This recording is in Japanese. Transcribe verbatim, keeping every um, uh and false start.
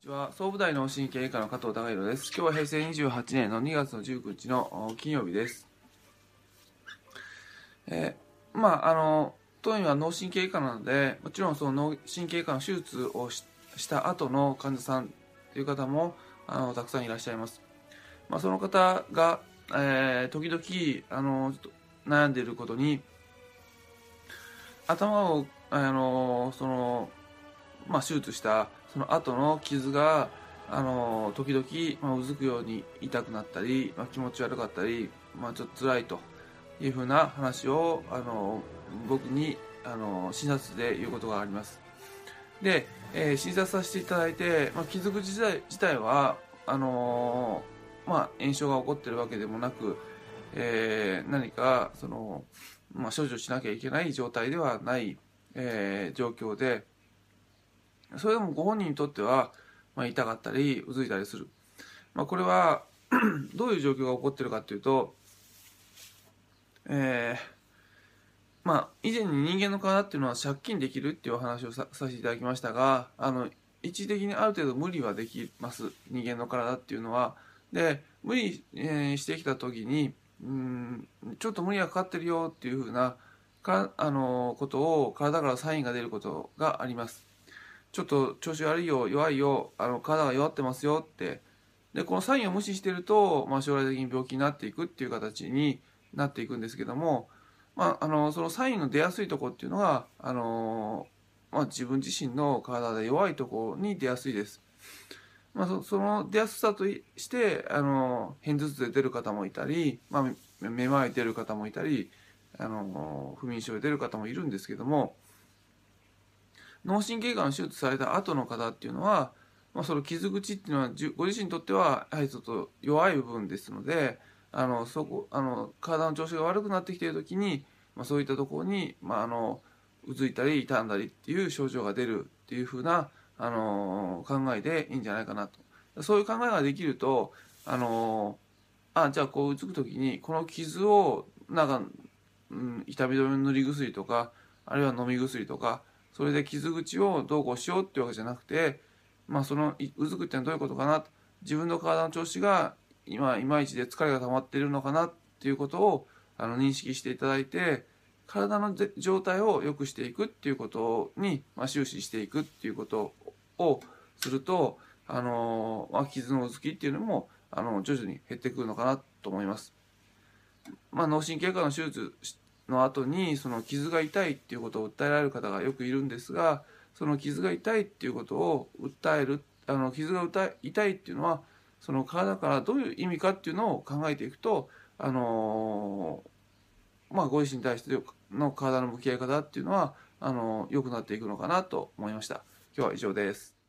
こんにちは、総武大脳神経外科の加藤孝弘です。今日は平成にじゅうはちねんのにがつのじゅうくにちの金曜日です。えー、まああの当院は脳神経外科なので、もちろんその脳神経外科の手術を し, した後の患者さんという方もあのたくさんいらっしゃいます。まあ、その方が、えー、時々あのちょっと悩んでいることに、頭をあのそのまあ、手術したその後の傷があの時々、まあ、うずくように痛くなったり、まあ、気持ち悪かったり、まあ、ちょっと辛いというふうな話をあの僕にあの診察で言うことがあります。で、えー、診察させていただいて、まあ、傷口自体自体はあのまあ、炎症が起こっているわけでもなく、えー、何かその、まあ、処置をしなきゃいけない状態ではない、えー、状況で、それでもご本人にとっては、まあ、痛かったりうずいたりする、まあ、これはどういう状況が起こっているかというと、えーまあ、以前に人間の体っていうのは借金できるっていうお話を さ, させていただきましたが、あの一時的にある程度無理はできます人間の体っていうのは。で無理、えー、してきた時にうんちょっと無理がかかってるよっていうふうなかあのことを体からサインが出ることがあります。ちょっと調子悪いよ、弱いよ、あの体が弱ってますよって。で、このサインを無視してると、まあ、将来的に病気になっていくっていう形になっていくんですけども、まあ、あのそのサインの出やすいところっていうのはあの、まあ、自分自身の体で弱いところに出やすいです。まあ、そ, その出やすさとしてあの片頭痛で出る方もいたり、まあ、めまいで出る方もいたり、あの不眠症で出る方もいるんですけども、脳神経がん手術された後の方っていうのは、まあ、その傷口っていうのはご自身にとってはやはりちょっと弱い部分ですので、あのそこあの体の調子が悪くなってきている時に、まあ、そういったところに、まあ、あのうずいたり痛んだりっていう症状が出るっていう風なあの考えでいいんじゃないかなと。そういう考えができると、あのあじゃあこううつく時にこの傷をなんか、うん、痛み止めの塗り薬とか、あるいは飲み薬とか、それで傷口をどうこうしようっていうわけじゃなくて、まあ、そのうずくってのはどういうことかなと、自分の体の調子が今いまいちで疲れが溜まっているのかなっていうことをあの認識していただいて、体の状態を良くしていくっていうことに、まあ、終始していくっていうことをすると、あの、まあ、傷のうずきっていうのもあの徐々に減ってくるのかなと思います。まあ、脳神経科の手術の後にその傷が痛いっていうことを訴えられる方がよくいるんですが、その傷が痛いっていうことを訴える、あの傷が痛いっていうのはその体からどういう意味かっていうのを考えていくと、あのー、まあ、ご自身に対しての体の向き合い方っていうのはあの良くなっていくのかなと思いました。今日は以上です。